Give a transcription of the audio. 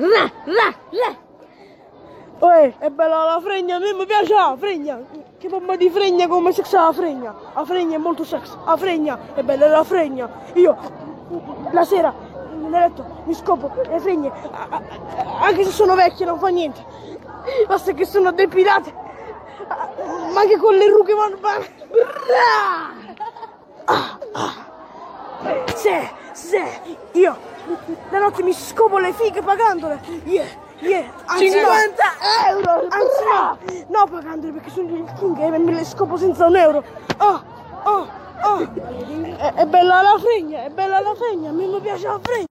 Uè, è bella la fregna, a me mi piace la fregna. Che forma di fregna come sex la fregna. La fregna è molto sex, la fregna è bella la fregna. Io la sera nel letto mi scopo le fregne, anche se sono vecchie non fa niente. Basta che sono depilate, ma anche con le rughe vanno bene. Se, io la notte mi scopo le fighe pagandole. Anzi, 50 euro! Anzi no, pagandole perché sono il king e me le scopo senza un euro. È bella la fregna, a me mi piace la fregna.